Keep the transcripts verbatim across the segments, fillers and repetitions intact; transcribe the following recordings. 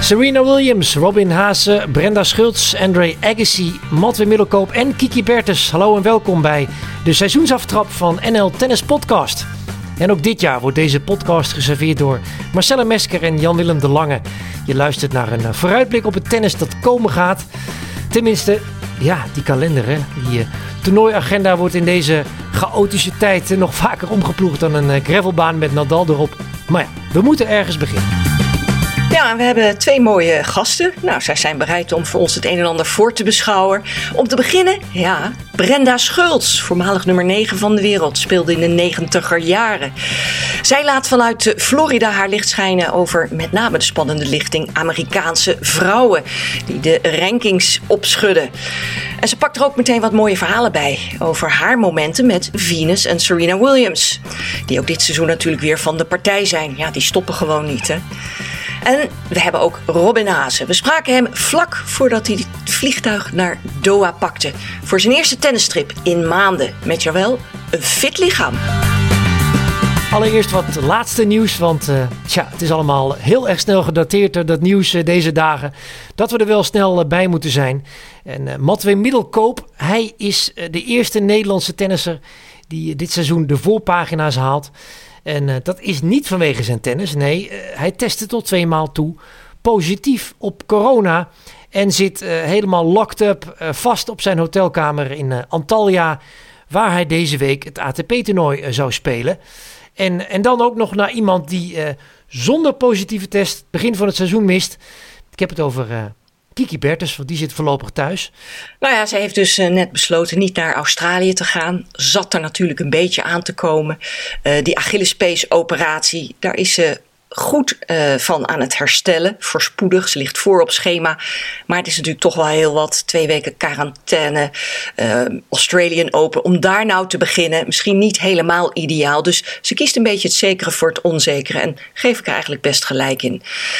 Serena Williams, Robin Haase, Brenda Schultz, Andre Agassi, Matwee Middelkoop en Kiki Bertens. Hallo en welkom bij de seizoensaftrap van N L Tennis Podcast. En ook dit jaar wordt deze podcast geserveerd door Marcella Mesker en Jan-Willem de Lange. Je luistert naar een vooruitblik op het tennis dat komen gaat. Tenminste, ja, die kalender, hè. Die uh, toernooiagenda wordt in deze chaotische tijd uh, nog vaker omgeploegd dan een uh, gravelbaan met Nadal erop. Maar ja, we moeten ergens beginnen. Ja, en we hebben twee mooie gasten. Nou, zij zijn bereid om voor ons het een en ander voor te beschouwen. Om te beginnen, ja, Brenda Schultz, voormalig nummer negen van de wereld, speelde in de negentiger jaren. Zij laat vanuit Florida haar licht schijnen over met name de spannende lichting Amerikaanse vrouwen die de rankings opschudden. En ze pakt er ook meteen wat mooie verhalen bij over haar momenten met Venus en Serena Williams. Die ook dit seizoen natuurlijk weer van de partij zijn. Ja, die stoppen gewoon niet, hè. En we hebben ook Robin Haase. We spraken hem vlak voordat hij het vliegtuig naar Doha pakte. Voor zijn eerste tennistrip in maanden. Met jawel, een fit lichaam. Allereerst wat laatste nieuws, want uh, tja, het is allemaal heel erg snel gedateerd, dat nieuws uh, deze dagen. Dat we er wel snel uh, bij moeten zijn. En uh, Matwee Middelkoop, hij is uh, de eerste Nederlandse tennisser die uh, dit seizoen de voorpagina's haalt. En uh, dat is niet vanwege zijn tennis. Nee, uh, hij testte tot twee maal toe positief op corona. En zit uh, helemaal locked up uh, vast op zijn hotelkamer in uh, Antalya. Waar hij deze week het A T P-toernooi uh, zou spelen. En, en dan ook nog naar iemand die uh, zonder positieve test het begin van het seizoen mist. Ik heb het over uh, Kiki Bertens, want die zit voorlopig thuis. Nou ja, ze heeft dus uh, net besloten niet naar Australië te gaan. Zat er natuurlijk een beetje aan te komen. Uh, die Achillespees-operatie, daar is ze goed uh, van aan het herstellen. Voorspoedig, ze ligt voor op schema. Maar het is natuurlijk toch wel heel wat. Twee weken quarantaine, uh, Australian Open. Om daar nou te beginnen, misschien niet helemaal ideaal. Dus ze kiest een beetje het zekere voor het onzekere. En geef ik er eigenlijk best gelijk in.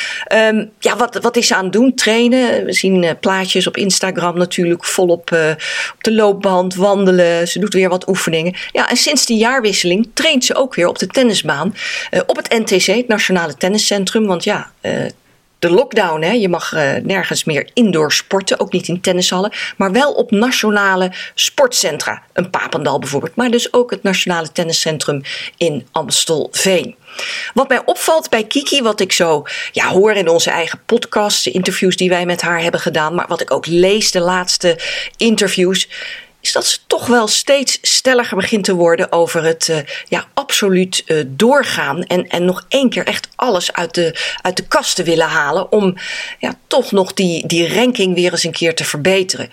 Um, ja, wat, wat is ze aan het doen? Trainen. We zien uh, plaatjes op Instagram natuurlijk. Volop uh, op de loopband, wandelen. Ze doet weer wat oefeningen. Ja, en sinds die jaarwisseling traint ze ook weer op de tennisbaan. Uh, op het N T C, het Nationale Tenniscentrum, want ja, uh, de lockdown, hè, je mag uh, nergens meer indoor sporten, ook niet in tennishallen, maar wel op nationale sportcentra. Een Papendal bijvoorbeeld, maar dus ook het Nationale Tenniscentrum in Amstelveen. Wat mij opvalt bij Kiki, wat ik zo ja, hoor in onze eigen podcast, de interviews die wij met haar hebben gedaan, maar wat ik ook lees, de laatste interviews, is dat ze toch wel steeds stelliger begint te worden over het uh, ja, absoluut uh, doorgaan. En, en nog één keer echt alles uit de, uit de kast te willen halen. Om ja, toch nog die, die ranking weer eens een keer te verbeteren.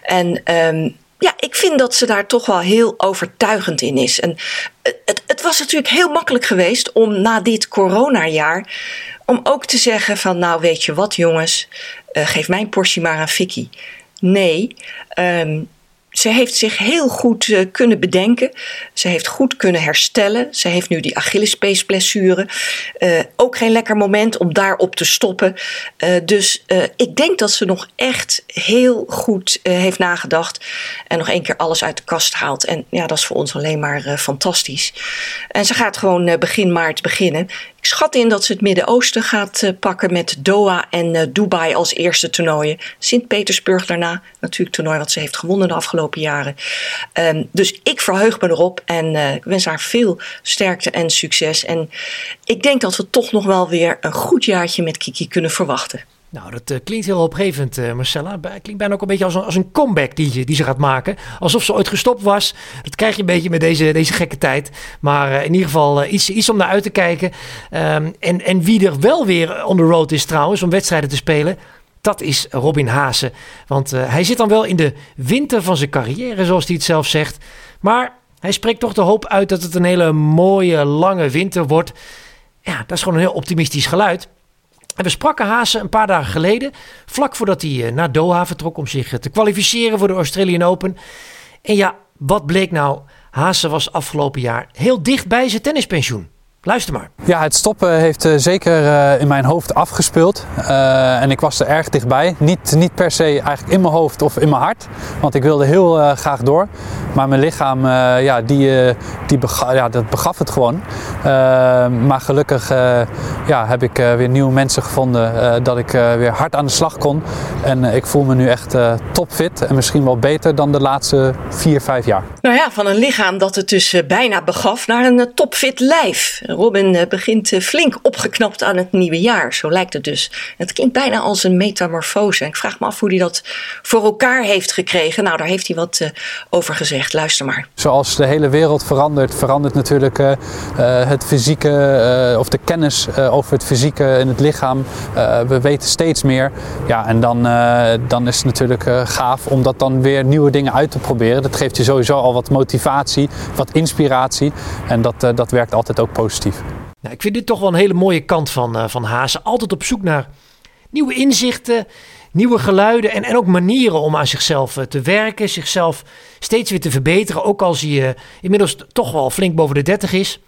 En um, ja, ik vind dat ze daar toch wel heel overtuigend in is. En het, het was natuurlijk heel makkelijk geweest om na dit coronajaar om ook te zeggen van nou weet je wat jongens, uh, geef mijn portie maar aan Vicky. Nee, um, ze heeft zich heel goed uh, kunnen bedenken. Ze heeft goed kunnen herstellen. Ze heeft nu die Achillespeesblessure. Uh, ook geen lekker moment om daarop te stoppen. Uh, dus uh, ik denk dat ze nog echt heel goed uh, heeft nagedacht. En nog één keer alles uit de kast haalt. En ja, dat is voor ons alleen maar uh, fantastisch. En ze gaat gewoon uh, begin maart beginnen. Ik schat in dat ze het Midden-Oosten gaat uh, pakken met Doha en uh, Dubai als eerste toernooien. Sint-Petersburg daarna, natuurlijk toernooi wat ze heeft gewonnen de afgelopen jaren. Um, dus ik verheug me erop en uh, ik wens haar veel sterkte en succes. En ik denk dat we toch nog wel weer een goed jaartje met Kiki kunnen verwachten. Nou, dat uh, klinkt heel opgevend, uh, Marcella. Klinkt bijna ook een beetje als een, als een comeback die, die ze gaat maken. Alsof ze ooit gestopt was. Dat krijg je een beetje met deze, deze gekke tijd. Maar uh, in ieder geval uh, iets, iets om naar uit te kijken. Um, en, en wie er wel weer on the road is trouwens om wedstrijden te spelen, dat is Robin Haase. Want uh, hij zit dan wel in de winter van zijn carrière, zoals hij het zelf zegt. Maar hij spreekt toch de hoop uit dat het een hele mooie, lange winter wordt. Ja, dat is gewoon een heel optimistisch geluid. En we spraken Haase een paar dagen geleden, vlak voordat hij naar Doha vertrok om zich te kwalificeren voor de Australian Open. En ja, wat bleek nou? Haase was afgelopen jaar heel dicht bij zijn tennispensioen. Luister maar. Ja, het stoppen heeft uh, zeker uh, in mijn hoofd afgespeeld. Uh, en ik was er erg dichtbij. Niet, niet per se eigenlijk in mijn hoofd of in mijn hart. Want ik wilde heel uh, graag door. Maar mijn lichaam, uh, ja, die, uh, die bega- ja, dat begaf het gewoon. Uh, maar gelukkig uh, ja, heb ik uh, weer nieuwe mensen gevonden. Uh, dat ik uh, weer hard aan de slag kon. En uh, ik voel me nu echt uh, topfit. En misschien wel beter dan de laatste vier, vijf jaar. Nou ja, van een lichaam dat het dus uh, bijna begaf naar een uh, topfit lijf. Robin uh, begint uh, flink opgeknapt aan het nieuwe jaar. Zo lijkt het dus. Het klinkt bijna als een metamorfose. Ik vraag me af hoe hij dat voor elkaar heeft gekregen. Nou, daar heeft hij wat uh, over gezegd. Luister maar. Zoals de hele wereld verandert, verandert natuurlijk uh, uh, het fysieke uh, of de kennis uh, over het fysieke in het lichaam. Uh, we weten steeds meer. Ja, en dan, uh, dan is het natuurlijk uh, gaaf om dat dan weer nieuwe dingen uit te proberen. Dat geeft je sowieso al wat motivatie, wat inspiratie. En dat, uh, dat werkt altijd ook positief. Nou, ik vind dit toch wel een hele mooie kant van, uh, van Haase. Altijd op zoek naar nieuwe inzichten, nieuwe geluiden en, en ook manieren om aan zichzelf uh, te werken. Zichzelf steeds weer te verbeteren. Ook als hij uh, inmiddels toch wel flink boven de dertig is.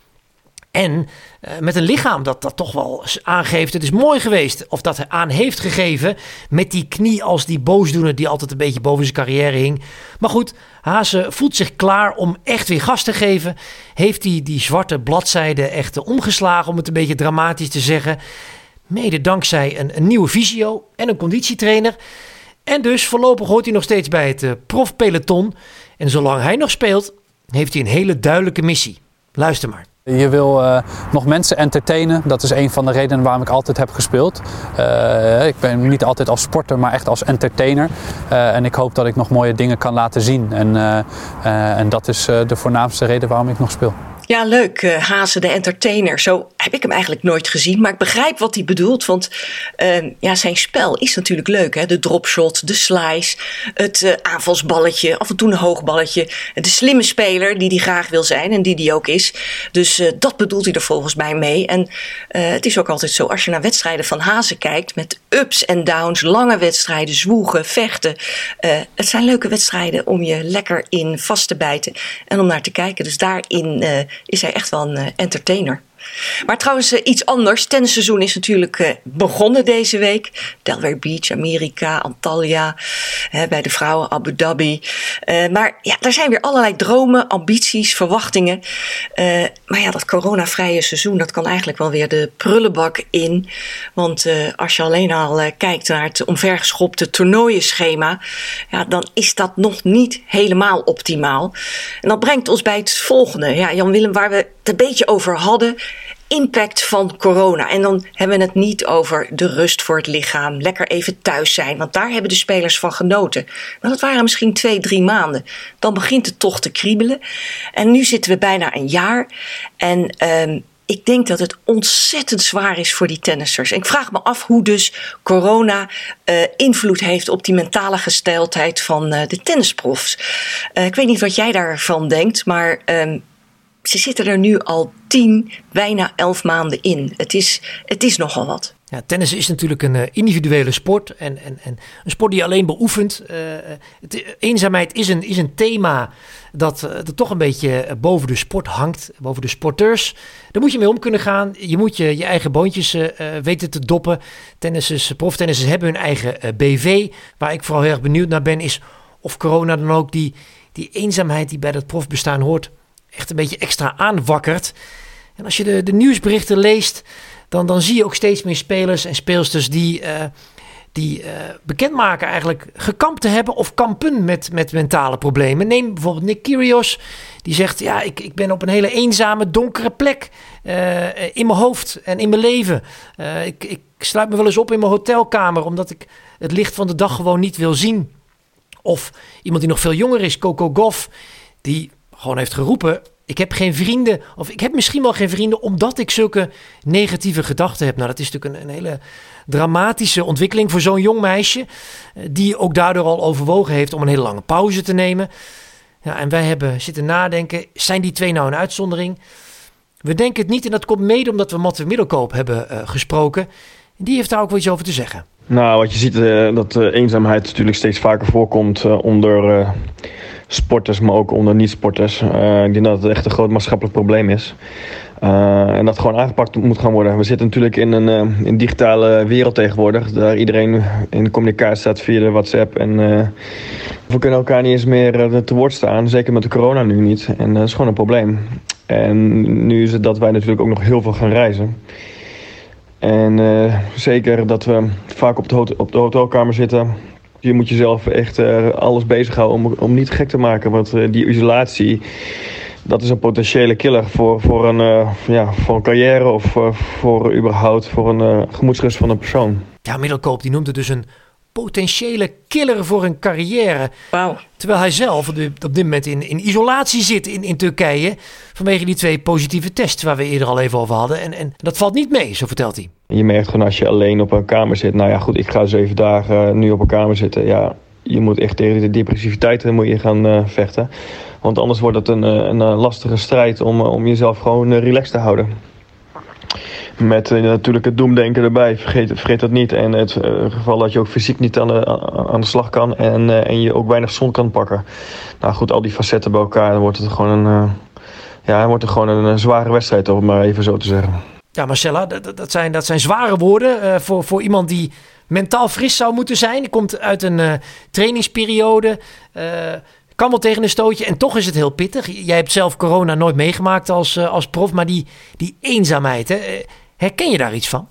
En uh, met een lichaam dat dat toch wel aangeeft. Het is mooi geweest of dat hij aan heeft gegeven. Met die knie als die boosdoener die altijd een beetje boven zijn carrière hing. Maar goed, Haase voelt zich klaar om echt weer gas te geven. Heeft hij die zwarte bladzijde echt omgeslagen, om het een beetje dramatisch te zeggen. Mede dankzij een, een nieuwe fysio en een conditietrainer. En dus voorlopig hoort hij nog steeds bij het uh, profpeloton. En zolang hij nog speelt, heeft hij een hele duidelijke missie. Luister maar. Je wil uh, nog mensen entertainen. Dat is een van de redenen waarom ik altijd heb gespeeld. Uh, ik ben niet altijd als sporter, maar echt als entertainer. Uh, en ik hoop dat ik nog mooie dingen kan laten zien. En, uh, uh, en dat is uh, de voornaamste reden waarom ik nog speel. Ja, leuk. Uh, Haase de entertainer. Zo heb ik hem eigenlijk nooit gezien. Maar ik begrijp wat hij bedoelt. Want uh, ja, zijn spel is natuurlijk leuk. Hè? De dropshot, de slice, het uh, aanvalsballetje, af en toe een hoogballetje. De slimme speler die hij graag wil zijn en die hij ook is. Dus uh, dat bedoelt hij er volgens mij mee. En uh, het is ook altijd zo, als je naar wedstrijden van Haase kijkt, met ups en downs, lange wedstrijden, zwoegen, vechten. Uh, het zijn leuke wedstrijden om je lekker in vast te bijten en om naar te kijken. Dus daarin uh, is hij echt wel een uh, entertainer. Maar trouwens uh, iets anders. Tennisseizoen is natuurlijk uh, begonnen deze week. Delaware Beach, Amerika, Antalya. Hè, bij de vrouwen Abu Dhabi. Uh, maar ja, er zijn weer allerlei dromen, ambities, verwachtingen. Uh, maar ja, dat coronavrije seizoen, dat kan eigenlijk wel weer de prullenbak in. Want uh, als je alleen al uh, kijkt naar het omvergeschopte toernooienschema, ja, dan is dat nog niet helemaal optimaal. En dat brengt ons bij het volgende. Ja, Jan-Willem, waar we het een beetje over hadden. Impact van corona. En dan hebben we het niet over de rust voor het lichaam. Lekker even thuis zijn. Want daar hebben de spelers van genoten. Maar dat waren misschien twee, drie maanden. Dan begint het toch te kriebelen. En nu zitten we bijna een jaar. En um, ik denk dat het ontzettend zwaar is voor die tennissers. En ik vraag me af hoe dus corona uh, invloed heeft op die mentale gesteldheid van uh, de tennisprofs. Uh, ik weet niet wat jij daarvan denkt, maar Um, ze zitten er nu al tien, bijna elf maanden in. Het is, het is nogal wat. Ja, tennis is natuurlijk een uh, individuele sport. En, en, en een sport die je alleen beoefent. Uh, het, eenzaamheid is een, is een thema dat, uh, dat toch een beetje boven de sport hangt. Boven de sporteurs. Daar moet je mee om kunnen gaan. Je moet je, je eigen boontjes uh, weten te doppen. Tennissers, proftennissers hebben hun eigen uh, B V. Waar ik vooral heel erg benieuwd naar ben, is of corona dan ook die, die eenzaamheid die bij dat profbestaan hoort echt een beetje extra aanwakkert. En als je de, de nieuwsberichten leest, dan, dan zie je ook steeds meer spelers en speelsters die, uh, die uh, bekendmaken eigenlijk gekampt te hebben of kampen met, met mentale problemen. Neem bijvoorbeeld Nick Kyrgios, die zegt, ja, ik, ik ben op een hele eenzame, donkere plek uh, in mijn hoofd en in mijn leven. Uh, ik, ik sluit me wel eens op in mijn hotelkamer, omdat ik het licht van de dag gewoon niet wil zien. Of iemand die nog veel jonger is, Coco Gauff, die gewoon heeft geroepen, ik heb geen vrienden, of ik heb misschien wel geen vrienden, omdat ik zulke negatieve gedachten heb. Nou, dat is natuurlijk een, een hele dramatische ontwikkeling voor zo'n jong meisje, die ook daardoor al overwogen heeft om een hele lange pauze te nemen. Ja, en wij hebben zitten nadenken, zijn die twee nou een uitzondering? We denken het niet en dat komt mede omdat we Matwee Middelkoop hebben uh, gesproken. Die heeft daar ook wel iets over te zeggen. Nou, wat je ziet, uh, dat uh, eenzaamheid natuurlijk steeds vaker voorkomt uh, onder uh, sporters, maar ook onder niet-sporters. Uh, ik denk dat het echt een groot maatschappelijk probleem is. Uh, en dat gewoon aangepakt moet gaan worden. We zitten natuurlijk in een, uh, in een digitale wereld tegenwoordig. Daar iedereen in communicatie staat via de WhatsApp. En uh, we kunnen elkaar niet eens meer uh, te woord staan. Zeker met de corona nu niet. En uh, dat is gewoon een probleem. En nu is het dat wij natuurlijk ook nog heel veel gaan reizen. En uh, zeker dat we vaak op de, hot- op de hotelkamer zitten. Je moet jezelf echt uh, alles bezighouden om, om niet gek te maken. Want uh, die isolatie, dat is een potentiële killer voor, voor, een, uh, ja, voor een carrière of uh, voor überhaupt voor een uh, gemoedsrust van een persoon. Ja, Middelkoop die noemt het dus een potentiële killer voor een carrière. Wauw. Terwijl hij zelf op, de, op dit moment in, in isolatie zit in, in Turkije. Vanwege die twee positieve tests waar we eerder al even over hadden. En, en dat valt niet mee, zo vertelt hij. Je merkt gewoon als je alleen op een kamer zit. Nou ja, goed, ik ga zeven dagen nu op een kamer zitten. Ja, je moet echt tegen de depressiviteit moet je gaan uh, vechten. Want anders wordt het een, een, een lastige strijd om, om jezelf gewoon relaxed te houden. Met uh, natuurlijk het doemdenken erbij, vergeet, vergeet dat niet. En het uh, geval dat je ook fysiek niet aan de, aan de slag kan en, uh, en je ook weinig zon kan pakken. Nou goed, al die facetten bij elkaar, dan wordt het gewoon een, uh, ja, wordt het gewoon een, een zware wedstrijd, om het maar even zo te zeggen. Ja, Marcella, dat, dat, zijn, dat zijn zware woorden uh, voor, voor iemand die mentaal fris zou moeten zijn. Die komt uit een uh, trainingsperiode, uh, kan wel tegen een stootje en toch is het heel pittig. Jij hebt zelf corona nooit meegemaakt als, uh, als prof, maar die, die eenzaamheid, hè, herken je daar iets van?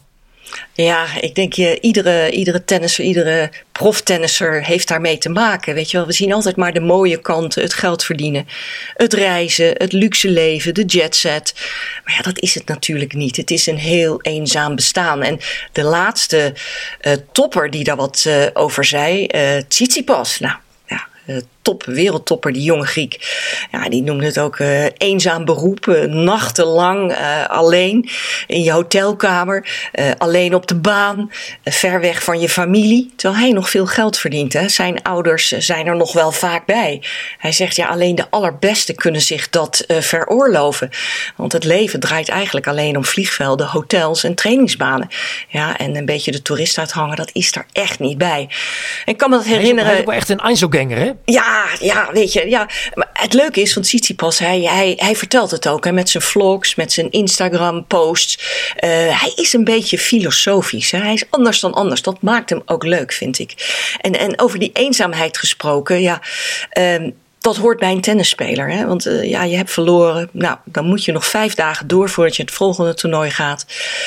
Ja, ik denk je, iedere, iedere tennisser, iedere proftennisser heeft daarmee te maken. Weet je wel, we zien altijd maar de mooie kanten, het geld verdienen, het reizen, het luxe leven, de jetset. Maar ja, dat is het natuurlijk niet. Het is een heel eenzaam bestaan. En de laatste uh, topper die daar wat uh, over zei, uh, Tsitsipas, nou ja, uh, top, wereldtopper, die jonge Griek. Ja, die noemde het ook uh, eenzaam beroep. Uh, nachtenlang uh, alleen in je hotelkamer. Uh, alleen op de baan. Uh, ver weg van je familie. Terwijl hij nog veel geld verdient. Hè. Zijn ouders zijn er nog wel vaak bij. Hij zegt, ja, alleen de allerbeste kunnen zich dat uh, veroorloven. Want het leven draait eigenlijk alleen om vliegvelden, hotels en trainingsbanen. Ja, en een beetje de toerist uithangen, dat is er echt niet bij. En ik kan me dat herinneren. Hij is ook wel echt een Einzelganger, hè? Ja, ja, weet je, ja. Maar het leuke is van Tsitsipas, hij, hij, hij vertelt het ook, hè, met zijn vlogs, met zijn Instagram-posts. Uh, hij is een beetje filosofisch, hè. Hij is anders dan anders. Dat maakt hem ook leuk, vind ik. En, en over die eenzaamheid gesproken, ja, um, dat hoort bij een tennisspeler. Hè? Want uh, ja, je hebt verloren. Nou, dan moet je nog vijf dagen door voordat je het volgende toernooi gaat.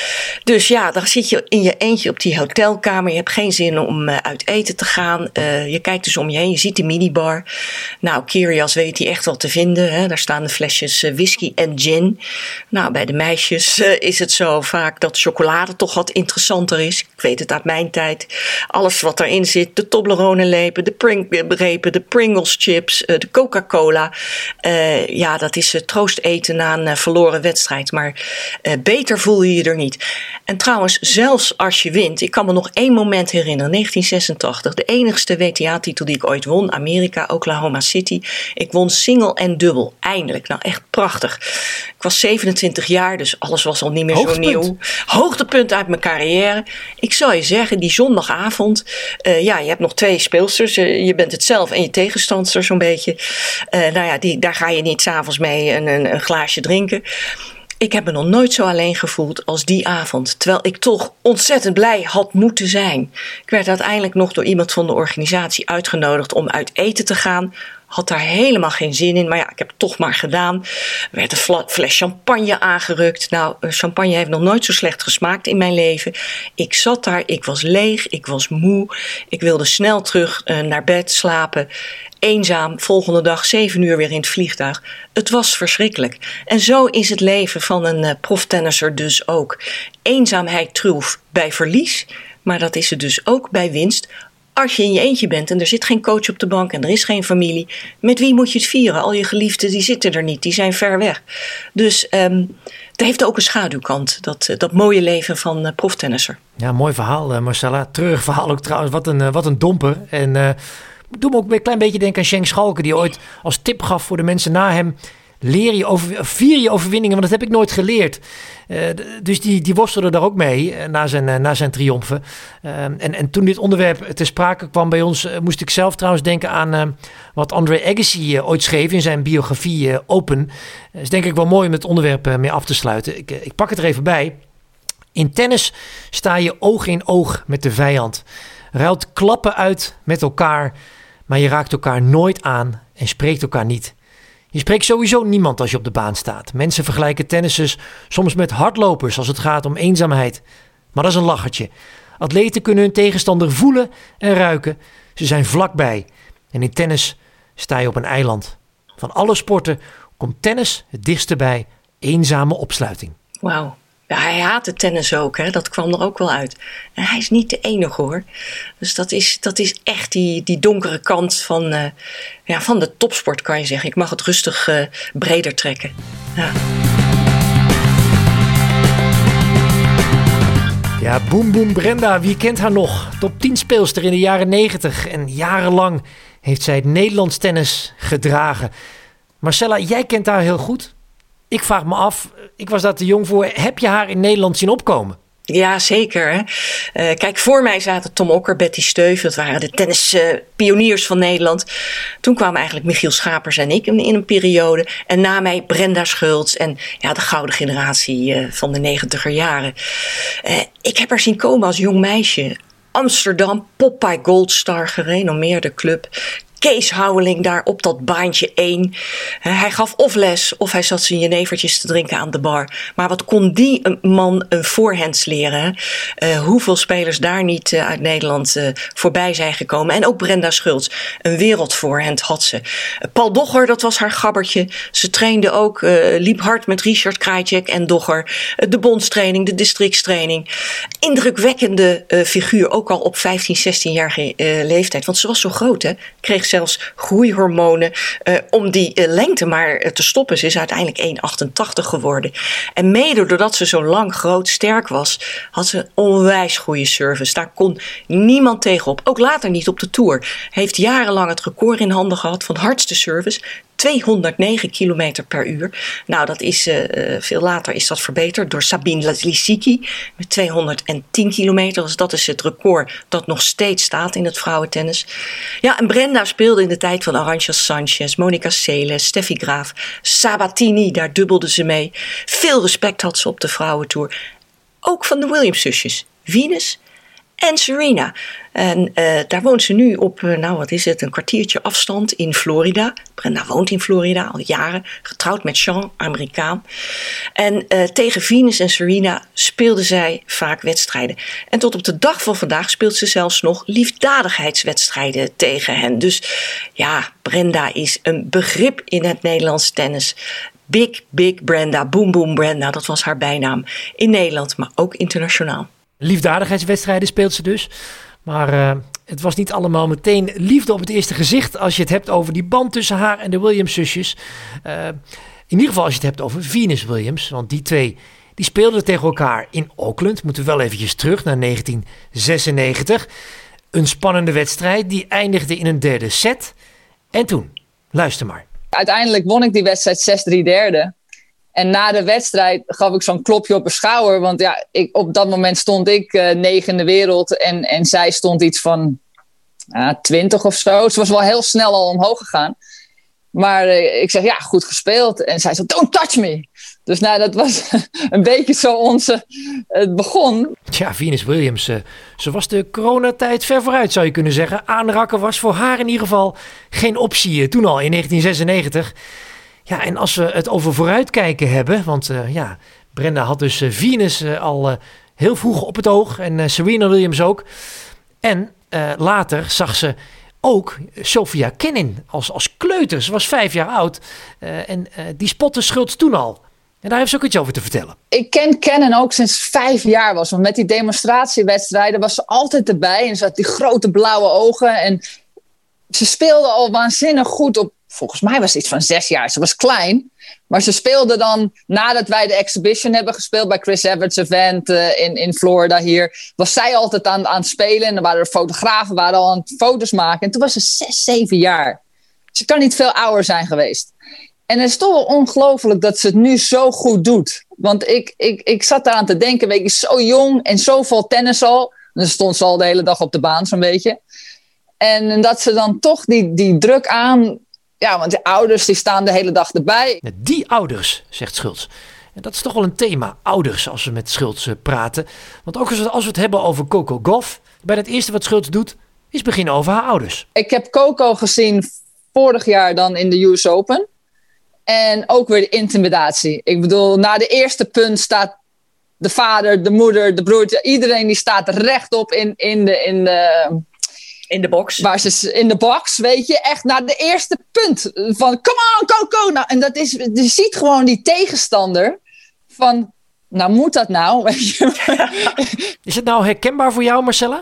Dus ja, dan zit je in je eentje op die hotelkamer. Je hebt geen zin om uh, uit eten te gaan. Uh, je kijkt dus om je heen. Je ziet de minibar. Nou, Kyrgios weet hij echt wel te vinden. Hè? Daar staan de flesjes uh, whisky en gin. Nou, bij de meisjes uh, is het zo vaak dat chocolade toch wat interessanter is. Ik weet het uit mijn tijd. Alles wat erin zit. De Toblerone-repen, de, Pring- repen, de Pringles chips, uh, de Coca-Cola. Uh, ja, dat is uh, troost eten na een uh, verloren wedstrijd. Maar uh, beter voel je je er niet. En trouwens, zelfs als je wint. Ik kan me nog één moment herinneren. negentien zesentachtig. De enigste W T A-titel die ik ooit won. Amerika, Oklahoma City. Ik won single en dubbel. Eindelijk. Nou, echt prachtig. Ik was zevenentwintig jaar, dus alles was al niet meer Hoogtepunt. zo nieuw. Hoogtepunt uit mijn carrière. Ik zal je zeggen, die zondagavond. Uh, ja, je hebt nog twee speelsters. Uh, je bent het zelf en je tegenstandster zo'n beetje. Uh, nou ja, die, daar ga je niet 's avonds mee een, een, een glaasje drinken. Ik heb me nog nooit zo alleen gevoeld als die avond. Terwijl ik toch ontzettend blij had moeten zijn. Ik werd uiteindelijk nog door iemand van de organisatie uitgenodigd om uit eten te gaan. Had daar helemaal geen zin in, maar ja, ik heb het toch maar gedaan. Er werd een fles champagne aangerukt. Nou, champagne heeft nog nooit zo slecht gesmaakt in mijn leven. Ik zat daar, ik was leeg, ik was moe. Ik wilde snel terug uh, naar bed slapen. Eenzaam, volgende dag zeven uur weer in het vliegtuig. Het was verschrikkelijk. En zo is het leven van een uh, proftennisser dus ook. Eenzaamheid troef bij verlies, maar dat is het dus ook bij winst. Als je in je eentje bent en er zit geen coach op de bank en er is geen familie, met wie moet je het vieren? Al je geliefden die zitten er niet, die zijn ver weg. Dus um, het heeft ook een schaduwkant, dat, dat mooie leven van uh, proftennisser. Ja, mooi verhaal, uh, Marcella. Treurig verhaal ook trouwens. Wat een, uh, wat een domper. En uh, doe me ook een klein beetje denken aan Schenk Schalke, die ooit als tip gaf voor de mensen na hem. leer je over, vier je overwinningen, want dat heb ik nooit geleerd. Uh, dus die, die worstelde daar ook mee uh, na, zijn, uh, na zijn triomfen. Uh, en, en toen dit onderwerp ter sprake kwam bij ons, uh, moest ik zelf trouwens denken aan uh, wat Andre Agassi uh, ooit schreef in zijn biografie uh, Open. Dat is denk ik wel mooi om het onderwerp uh, mee af te sluiten. Ik, uh, ik pak het er even bij. In tennis sta je oog in oog met de vijand. Ruilt klappen uit met elkaar, maar je raakt elkaar nooit aan en spreekt elkaar niet. Je spreekt sowieso niemand als je op de baan staat. Mensen vergelijken tennissers soms met hardlopers als het gaat om eenzaamheid. Maar dat is een lachertje. Atleten kunnen hun tegenstander voelen en ruiken. Ze zijn vlakbij. En in tennis sta je op een eiland. Van alle sporten komt tennis het dichtste bij eenzame opsluiting. Wauw. Ja, hij haatte tennis ook, hè? Dat kwam er ook wel uit. En hij is niet de enige hoor. Dus dat is, dat is echt die, die donkere kant van, uh, ja, van de topsport, kan je zeggen. Ik mag het rustig uh, breder trekken. Ja. Ja, Boem Boem Brenda, wie kent haar nog? Top tien speelster in de jaren negentig. En jarenlang heeft zij het Nederlands tennis gedragen. Marcella, jij kent haar heel goed. Ik vraag me af, ik was daar te jong voor. Heb je haar in Nederland zien opkomen? Ja, zeker. Hè? Uh, kijk, voor mij zaten Tom Okker, Betty Steuven. Dat waren de tennispioniers uh, van Nederland. Toen kwamen eigenlijk Michiel Schapers en ik in, in een periode. En na mij Brenda Schultz en ja, de gouden generatie uh, van de negentiger jaren. Uh, ik heb haar zien komen als jong meisje. Amsterdam, Popeye Goldstar, gerenommeerde club. Kees Houweling daar op dat baantje één. Hij gaf of les of hij zat zijn jenevertjes te drinken aan de bar. Maar wat kon die man een voorhands leren? Uh, hoeveel spelers daar niet uh, uit Nederland uh, voorbij zijn gekomen. En ook Brenda Schultz. Een wereldvoorhand had ze. Uh, Paul Dogger, dat was haar gabbertje. Ze trainde ook, uh, liep hard met Richard Krajicek en Dogger. Uh, de bondstraining, de districtstraining. Indrukwekkende uh, figuur, ook al op vijftien, zestienjarige uh, leeftijd. Want ze was zo groot, hè. Kreeg zelfs groeihormonen uh, om die uh, lengte maar uh, te stoppen. Ze is uiteindelijk één komma achtentachtig geworden. En mede doordat ze zo lang, groot, sterk was, had ze een onwijs goede service. Daar kon niemand tegenop. Ook later niet op de Tour. Heeft jarenlang het record in handen gehad van hardste service. tweehonderdnegen kilometer per uur. Nou, dat is uh, veel later is dat verbeterd door Sabine Lisicki met tweehonderdtien kilometer. Dus dat is het record dat nog steeds staat in het vrouwentennis. Ja, en Brenda speelde in de tijd van Arantxa Sanchez, Monica Seles, Steffi Graaf, Sabatini, daar dubbelde ze mee. Veel respect had ze op de vrouwentour. Ook van de Williams-zusjes, Venus en Serena. En uh, daar woont ze nu op, uh, nou wat is het, een kwartiertje afstand in Florida. Brenda woont in Florida al jaren, getrouwd met Sean, Amerikaan. En uh, tegen Venus en Serena speelde zij vaak wedstrijden. En tot op de dag van vandaag speelt ze zelfs nog liefdadigheidswedstrijden tegen hen. Dus ja, Brenda is een begrip in het Nederlands tennis. Big, Big Brenda, Boom Boom Brenda, dat was haar bijnaam in Nederland, maar ook internationaal. Liefdadigheidswedstrijden speelt ze dus. Maar uh, het was niet allemaal meteen liefde op het eerste gezicht als je het hebt over die band tussen haar en de Williams-zusjes. Uh, in ieder geval als je het hebt over Venus Williams. Want die twee die speelden tegen elkaar in Auckland. Moeten we wel eventjes terug naar negentien zesennegentig. Een spannende wedstrijd die eindigde in een derde set. En toen, luister maar. Uiteindelijk won ik die wedstrijd zes drie derde. En na de wedstrijd gaf ik zo'n klopje op haar schouder. Want ja, ik, op dat moment stond ik uh, negende wereld. En, en zij stond iets van uh, twintig of zo. Ze was wel heel snel al omhoog gegaan. Maar uh, ik zeg, ja, goed gespeeld. En zij zei, don't touch me. Dus nou, dat was een beetje zo onze... Het begon. Ja, Venus Williams, uh, ze was de coronatijd ver vooruit, zou je kunnen zeggen. Aanraken was voor haar in ieder geval geen optie. Uh, toen al, in negentien zesennegentig... Ja, en als we het over vooruitkijken hebben, want uh, ja, Brenda had dus uh, Venus uh, al uh, heel vroeg op het oog en uh, Serena Williams ook. En uh, later zag ze ook Sofia Kenin als, als kleuter. Ze was vijf jaar oud uh, en uh, die spotte Schultz toen al. En daar heeft ze ook iets over te vertellen. Ik ken Kenin ook sinds vijf jaar was, want met die demonstratiewedstrijden was ze altijd erbij. En ze had die grote blauwe ogen en ze speelde al waanzinnig goed op. Volgens mij was het iets van zes jaar. Ze was klein. Maar ze speelde dan, nadat wij de exhibition hebben gespeeld bij Chris Evans event uh, in, in Florida hier, was zij altijd aan, aan het spelen. En dan waren er fotografen, waren al aan het foto's maken. En toen was ze zes, zeven jaar. Dus ze kan niet veel ouder zijn geweest. En het is toch wel ongelooflijk dat ze het nu zo goed doet. Want ik, ik, ik zat eraan te denken, weet je, zo jong en zoveel tennis al. Dan stond ze al de hele dag op de baan zo'n beetje. En dat ze dan toch die, die druk aan... Ja, want de ouders die staan de hele dag erbij. Die ouders, zegt Schultz. En dat is toch wel een thema, ouders, als we met Schultz praten. Want ook als we, als we het hebben over Coco Gauff... bij het eerste wat Schultz doet, is beginnen over haar ouders. Ik heb Coco gezien vorig jaar dan in de U S Open. En ook weer de intimidatie. Ik bedoel, na de eerste punt staat de vader, de moeder, de broertje... iedereen die staat rechtop in, in de... In de In de box. Waar ze in de box, weet je, echt naar de eerste punt. Van, come on, Coco. Nou, en dat is, je ziet gewoon die tegenstander van, nou moet dat nou? Weet je? Is het nou herkenbaar voor jou, Marcella?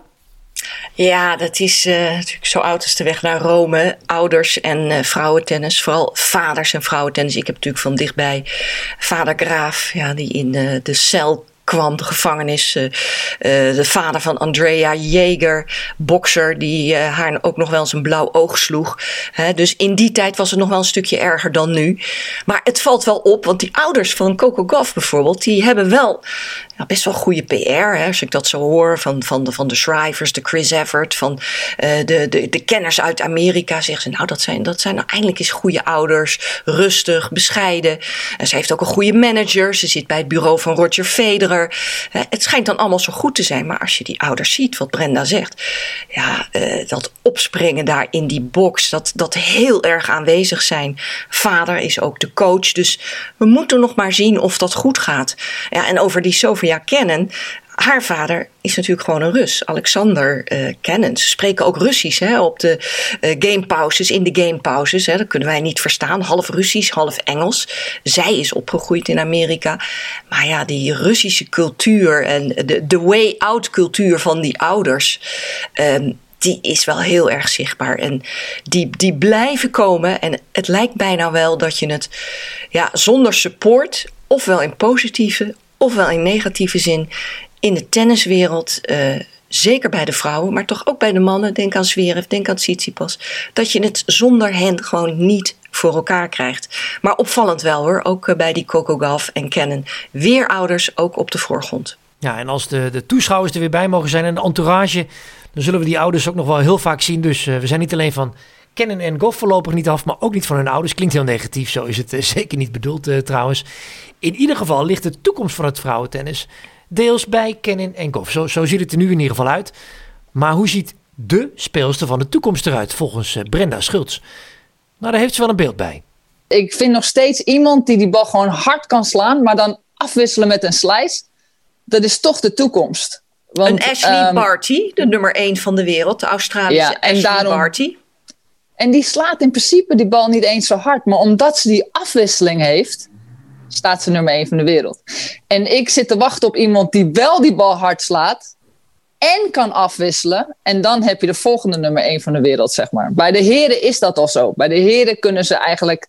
Ja, dat is uh, natuurlijk zo oud als de weg naar Rome. Ouders en uh, vrouwentennis, vooral vaders en vrouwentennis. Ik heb natuurlijk van dichtbij vader Graaf, ja, die in uh, de cel kwam, de gevangenis. Uh, uh, de vader van Andrea Jaeger, bokser, die uh, haar ook nog wel eens een blauw oog sloeg. He, dus in die tijd was het nog wel een stukje erger dan nu. Maar het valt wel op, want die ouders van Coco Gauff bijvoorbeeld, die hebben wel ja, best wel goede P R. Hè, als ik dat zo hoor, van, van, de, van de Shrivers, de Chris Evert, van uh, de, de, de kenners uit Amerika. Zeggen ze, nou, dat zijn, dat zijn nou eindelijk eens goede ouders. Rustig, bescheiden. En ze heeft ook een goede manager. Ze zit bij het bureau van Roger Federer. Het schijnt dan allemaal zo goed te zijn, maar als je die ouders ziet, wat Brenda zegt, ja, uh, dat opspringen daar in die box, dat, dat heel erg aanwezig zijn. Vader is ook de coach, dus we moeten nog maar zien of dat goed gaat. Ja, en over die Sofia Kenin, haar vader is natuurlijk gewoon een Rus, Alexander uh, Kenin. Ze spreken ook Russisch hè, op de uh, gamepauzes, in de gamepauzes. Hè, dat kunnen wij niet verstaan. Half Russisch, half Engels. Zij is opgegroeid in Amerika. Maar ja, die Russische cultuur en de, de way-out cultuur van die ouders, Um, die is wel heel erg zichtbaar. En die, die blijven komen. En het lijkt bijna wel dat je het ja, zonder support, ofwel in positieve, ofwel in negatieve zin, in de tenniswereld, uh, zeker bij de vrouwen, maar toch ook bij de mannen, denk aan Zverev, denk aan Tsitsipas, dat je het zonder hen gewoon niet voor elkaar krijgt. Maar opvallend wel hoor, ook uh, bij die Coco Gauff en Kenin. Weer ouders ook op de voorgrond. Ja, en als de, de toeschouwers er weer bij mogen zijn en de entourage, dan zullen we die ouders ook nog wel heel vaak zien. Dus uh, we zijn niet alleen van Kenin en Gauff voorlopig niet af, maar ook niet van hun ouders. Klinkt heel negatief, zo is het uh, zeker niet bedoeld uh, trouwens. In ieder geval ligt de toekomst van het vrouwentennis deels bij Kenin en Gauff. Zo, zo ziet het er nu in ieder geval uit. Maar hoe ziet de speelster van de toekomst eruit volgens uh, Brenda Schultz? Nou, daar heeft ze wel een beeld bij. Ik vind nog steeds iemand die die bal gewoon hard kan slaan, maar dan afwisselen met een slice. Dat is toch de toekomst. Want, een Ashley um, Barty, de nummer één van de wereld, de Australische ja, Ashley daarom, Barty. En die slaat in principe die bal niet eens zo hard. Maar omdat ze die afwisseling heeft, staat ze nummer één van de wereld. En ik zit te wachten op iemand die wel die bal hard slaat en kan afwisselen. En dan heb je de volgende nummer één van de wereld, zeg maar. Bij de heren is dat al zo. Bij de heren kunnen ze eigenlijk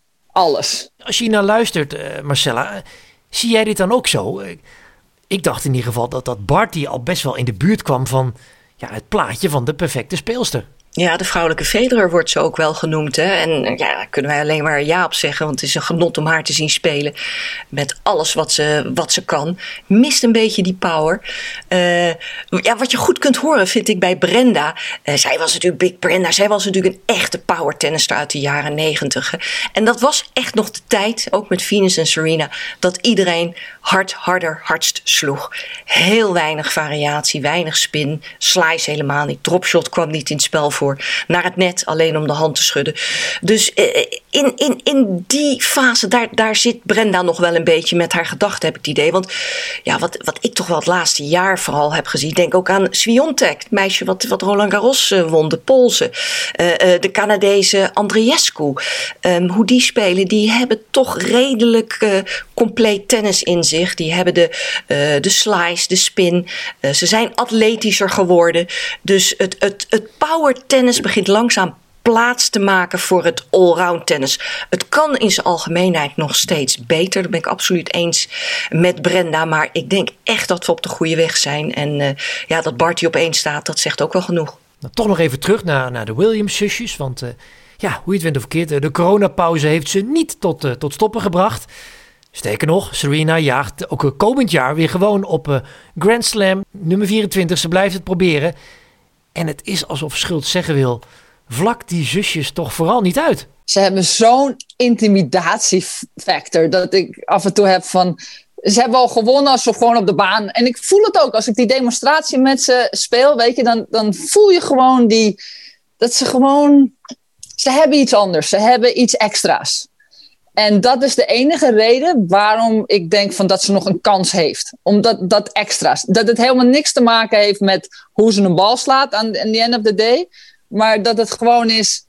alles. Als je hier naar luistert, uh, Marcella, zie jij dit dan ook zo? Uh, Ik dacht in ieder geval dat dat Barty al best wel in de buurt kwam van ja, het plaatje van de perfecte speelster. Ja, de vrouwelijke Federer wordt ze ook wel genoemd. Hè? En ja, daar kunnen wij alleen maar ja op zeggen. Want het is een genot om haar te zien spelen. Met alles wat ze, wat ze kan. Mist een beetje die power. Uh, ja, wat je goed kunt horen vind ik bij Brenda. Uh, zij was natuurlijk Big Brenda. Zij was natuurlijk een echte power tennister uit de jaren negentig. En dat was echt nog de tijd, ook met Venus en Serena, dat iedereen hard, harder, hardst sloeg. Heel weinig variatie, weinig spin. Slice helemaal niet. Dropshot kwam niet in het spel voor. Naar het net, alleen om de hand te schudden. Dus in, in, in die fase, daar, daar zit Brenda nog wel een beetje met haar gedachten, heb ik het idee. Want ja, wat, wat ik toch wel het laatste jaar vooral heb gezien, denk ook aan Swiatek, het meisje wat, wat Roland Garros won, de Poolse. Uh, uh, de Canadese Andreescu. Um, hoe die spelen, die hebben toch redelijk uh, compleet tennis in zich. Die hebben de, uh, de slice, de spin. Uh, ze zijn atletischer geworden. Dus het, het, het power tennis begint langzaam plaats te maken voor het allround tennis. Het kan in zijn algemeenheid nog steeds beter. Dat ben ik absoluut eens met Brenda. Maar ik denk echt dat we op de goede weg zijn. En uh, ja, dat Barty op één staat, dat zegt ook wel genoeg. Nou, toch nog even terug naar, naar de Williams-zusjes. Want uh, Ja, hoe je het went of keert, de coronapauze heeft ze niet tot, uh, tot stoppen gebracht. Sterker nog, Serena jaagt ook komend jaar weer gewoon op uh, Grand Slam nummer vierentwintig. Ze blijft het proberen. En het is alsof Schultz zeggen wil, vlak die zusjes toch vooral niet uit. Ze hebben zo'n intimidatiefactor dat ik af en toe heb van... Ze hebben al gewonnen als ze gewoon op de baan. En ik voel het ook als ik die demonstratie met ze speel. Weet je, dan, dan voel je gewoon die... Dat ze gewoon... Ze hebben iets anders. Ze hebben iets extra's. En dat is de enige reden waarom ik denk van dat ze nog een kans heeft. Omdat dat extra's. Dat het helemaal niks te maken heeft met hoe ze een bal slaat aan the end of the day. Maar dat het gewoon is...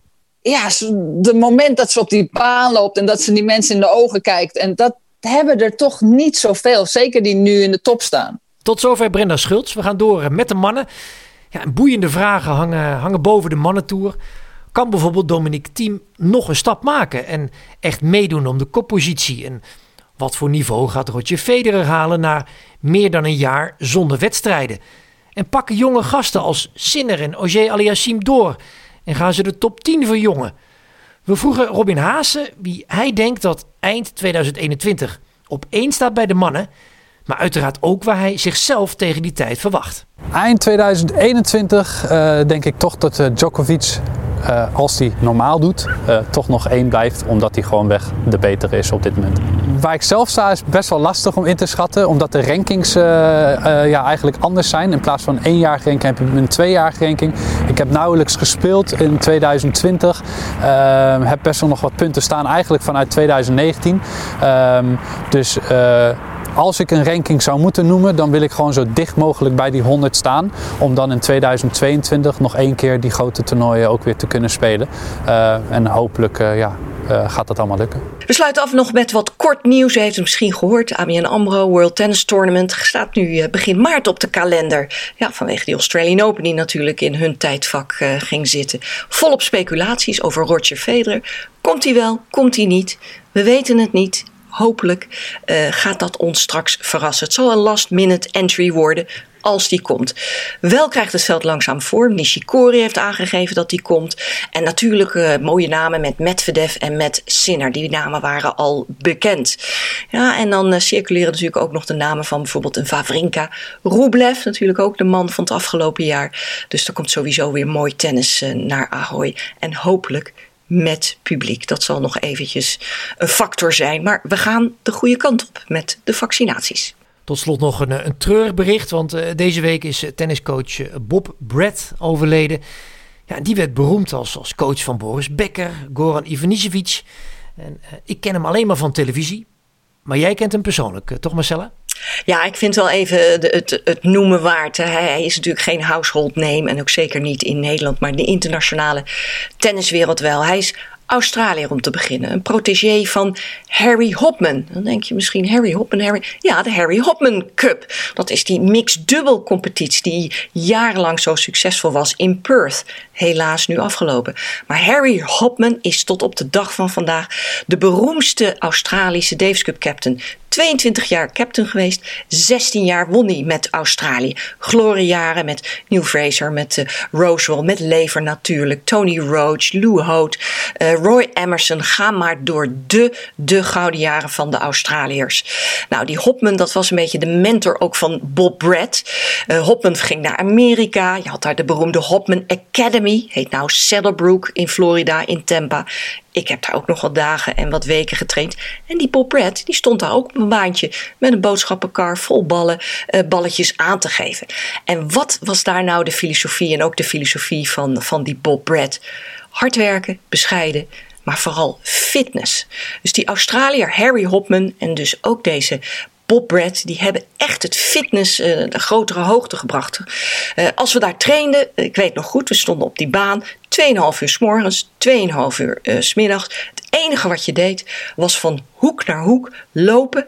Ja, de moment dat ze op die baan loopt en dat ze die mensen in de ogen kijkt. En dat hebben er toch niet zoveel. Zeker die nu in de top staan. Tot zover Brenda Schultz. We gaan door met de mannen. Ja, boeiende vragen hangen, hangen boven de mannentour. Kan bijvoorbeeld Dominic Thiem nog een stap maken en echt meedoen om de koppositie? En wat voor niveau gaat Roger Federer halen na meer dan een jaar zonder wedstrijden? En pakken jonge gasten als Sinner en Auger Aliassime door en gaan ze de top tien verjongen? We vroegen Robin Haase wie hij denkt dat eind tweeduizend eenentwintig op één staat bij de mannen, maar uiteraard ook waar hij zichzelf tegen die tijd verwacht. Eind tweeduizend eenentwintig uh, denk ik toch dat uh, Djokovic, uh, als hij normaal doet, uh, toch nog één blijft. Omdat hij gewoon weg de betere is op dit moment. Waar ik zelf sta is best wel lastig om in te schatten. Omdat de rankings uh, uh, ja, eigenlijk anders zijn. In plaats van een éénjarige ranking heb je een tweejarige ranking. Ik heb nauwelijks gespeeld in tweeduizend twintig. Uh, heb best wel nog wat punten staan eigenlijk vanuit tweeduizend negentien. Uh, dus... Uh, Als ik een ranking zou moeten noemen, dan wil ik gewoon zo dicht mogelijk bij die honderd staan. Om dan in tweeduizend tweeëntwintig nog één keer die grote toernooien ook weer te kunnen spelen. Uh, en hopelijk uh, ja, uh, gaat dat allemaal lukken. We sluiten af nog met wat kort nieuws. U heeft het misschien gehoord. A B N AMRO World Tennis Tournament staat nu uh, begin maart op de kalender. Ja, vanwege die Australian Open die natuurlijk in hun tijdvak uh, ging zitten. Volop speculaties over Roger Federer. Komt hij wel? Komt hij niet? We weten het niet. Hopelijk uh, gaat dat ons straks verrassen. Het zal een last minute entry worden als die komt. Wel krijgt het veld langzaam vorm. Nishikori heeft aangegeven dat die komt. En natuurlijk uh, mooie namen met Medvedev en met Sinner. Die namen waren al bekend. Ja, en dan uh, circuleren natuurlijk ook nog de namen van bijvoorbeeld een Wawrinka. Rublev, natuurlijk ook de man van het afgelopen jaar. Dus er komt sowieso weer mooi tennis uh, naar Ahoy. En hopelijk met publiek. Dat zal nog eventjes een factor zijn. Maar we gaan de goede kant op met de vaccinaties. Tot slot nog een, een treurig bericht. Want uh, deze week is tenniscoach Bob Brett overleden. Ja, die werd beroemd als, als coach van Boris Becker, Goran Ivanisevic. En, uh, ik ken hem alleen maar van televisie. Maar jij kent hem persoonlijk, uh, toch Marcella? Ja, ik vind wel even de, het, het noemen waard. Hij, hij is natuurlijk geen household name en ook zeker niet in Nederland, maar in de internationale tenniswereld wel. Hij is Australiër om te beginnen. Een protégé van Harry Hopman. Dan denk je misschien Harry Hopman. Harry, ja, de Harry Hopman Cup. Dat is die mixed dubbel competitie die jarenlang zo succesvol was in Perth. Helaas nu afgelopen. Maar Harry Hopman is tot op de dag van vandaag de beroemdste Australische Davis Cup captain. tweeëntwintig jaar captain geweest. zestien jaar won hij met Australië. Gloriejaren met Neil Fraser, met uh, Rosewall, met Lever natuurlijk. Tony Roach, Lou Holt, uh, Roy Emerson. Ga maar door de, de gouden jaren van de Australiërs. Nou, die Hopman, dat was een beetje de mentor ook van Bob Brett. Uh, Hopman ging naar Amerika. Je had daar de beroemde Hopman Academy. Heet nou Saddlebrook in Florida, in Tampa. Ik heb daar ook nog wat dagen en wat weken getraind. En die Bob Brett, die stond daar ook op een baantje met een boodschappenkar vol ballen, uh, balletjes aan te geven. En wat was daar nou de filosofie en ook de filosofie van, van die Bob Brett? Hard werken, bescheiden, maar vooral fitness. Dus die Australiër Harry Hopman en dus ook deze Bob Brett, die hebben echt het fitness uh, de grotere hoogte gebracht. Uh, als we daar trainden, ik weet nog goed, we stonden op die baan, tweeënhalf uur 's morgens, tweeënhalf uur uh, 's middags. Het enige wat je deed was van hoek naar hoek lopen,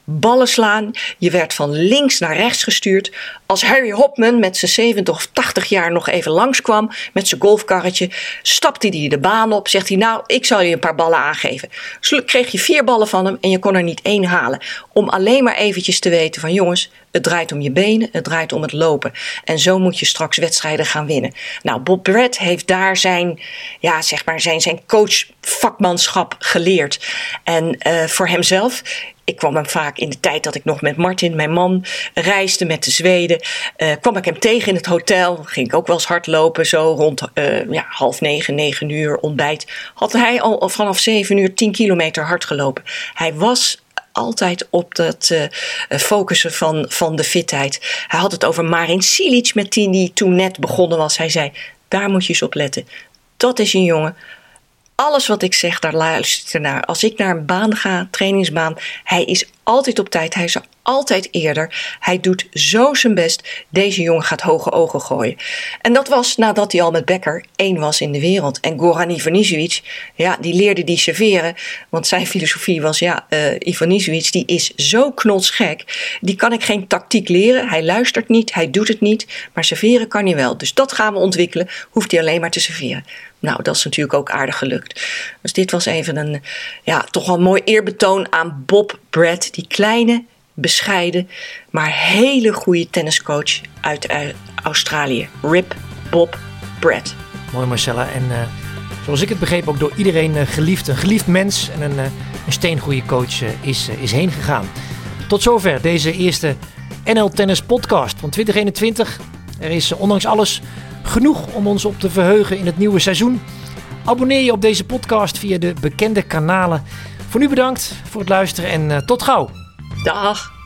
ballen slaan. Je werd van links naar rechts gestuurd. Als Harry Hopman met zijn zeventig of tachtig jaar nog even langskwam met zijn golfkarretje, stapte hij de baan op. Zegt hij, nou, ik zal je een paar ballen aangeven. Dus kreeg je vier ballen van hem en je kon er niet één halen. Om alleen maar eventjes te weten van, jongens, het draait om je benen, het draait om het lopen. En zo moet je straks wedstrijden gaan winnen. Nou, Bob Brett heeft daar zijn, ja, zeg maar, zijn, zijn coachvakmanschap geleerd. En uh, voor hemzelf, ik kwam hem vaak in de tijd dat ik nog met Martin, mijn man, reisde met de Zweden. Uh, kwam ik hem tegen in het hotel. Ging ik ook wel eens hardlopen, zo rond uh, ja, half negen, negen uur ontbijt. Had hij al vanaf zeven uur tien kilometer hard gelopen. Hij was altijd op het uh, focussen van, van de fitheid. Hij had het over Marin Cilic, met die, die toen net begonnen was. Hij zei, daar moet je eens op letten. Dat is een jongen. Alles wat ik zeg, daar luistert hij naar. Als ik naar een baan ga, trainingsbaan, hij is altijd op tijd. Hij is er altijd eerder. Hij doet zo zijn best. Deze jongen gaat hoge ogen gooien. En dat was nadat hij al met Becker één was in de wereld. En Goran Ivanisevic, ja, die leerde die serveren. Want zijn filosofie was, ja, uh, Ivanisevic, die is zo knotsgek. Die kan ik geen tactiek leren. Hij luistert niet, hij doet het niet. Maar serveren kan hij wel. Dus dat gaan we ontwikkelen. Hoeft hij alleen maar te serveren. Nou, dat is natuurlijk ook aardig gelukt. Dus dit was even een, ja, toch wel een mooi eerbetoon aan Bob Brett. Die kleine, bescheiden, maar hele goede tenniscoach uit uh, Australië. Rip Bob Brett. Mooi, Marcella. En uh, zoals ik het begreep, ook door iedereen uh, geliefd. Een geliefd mens en een, uh, een steengoede coach uh, is, uh, is heen gegaan. Tot zover deze eerste N L Tennis podcast van twintig eenentwintig. Er is uh, ondanks alles genoeg om ons op te verheugen in het nieuwe seizoen. Abonneer je op deze podcast via de bekende kanalen. Voor nu bedankt voor het luisteren en uh, tot gauw. Dag.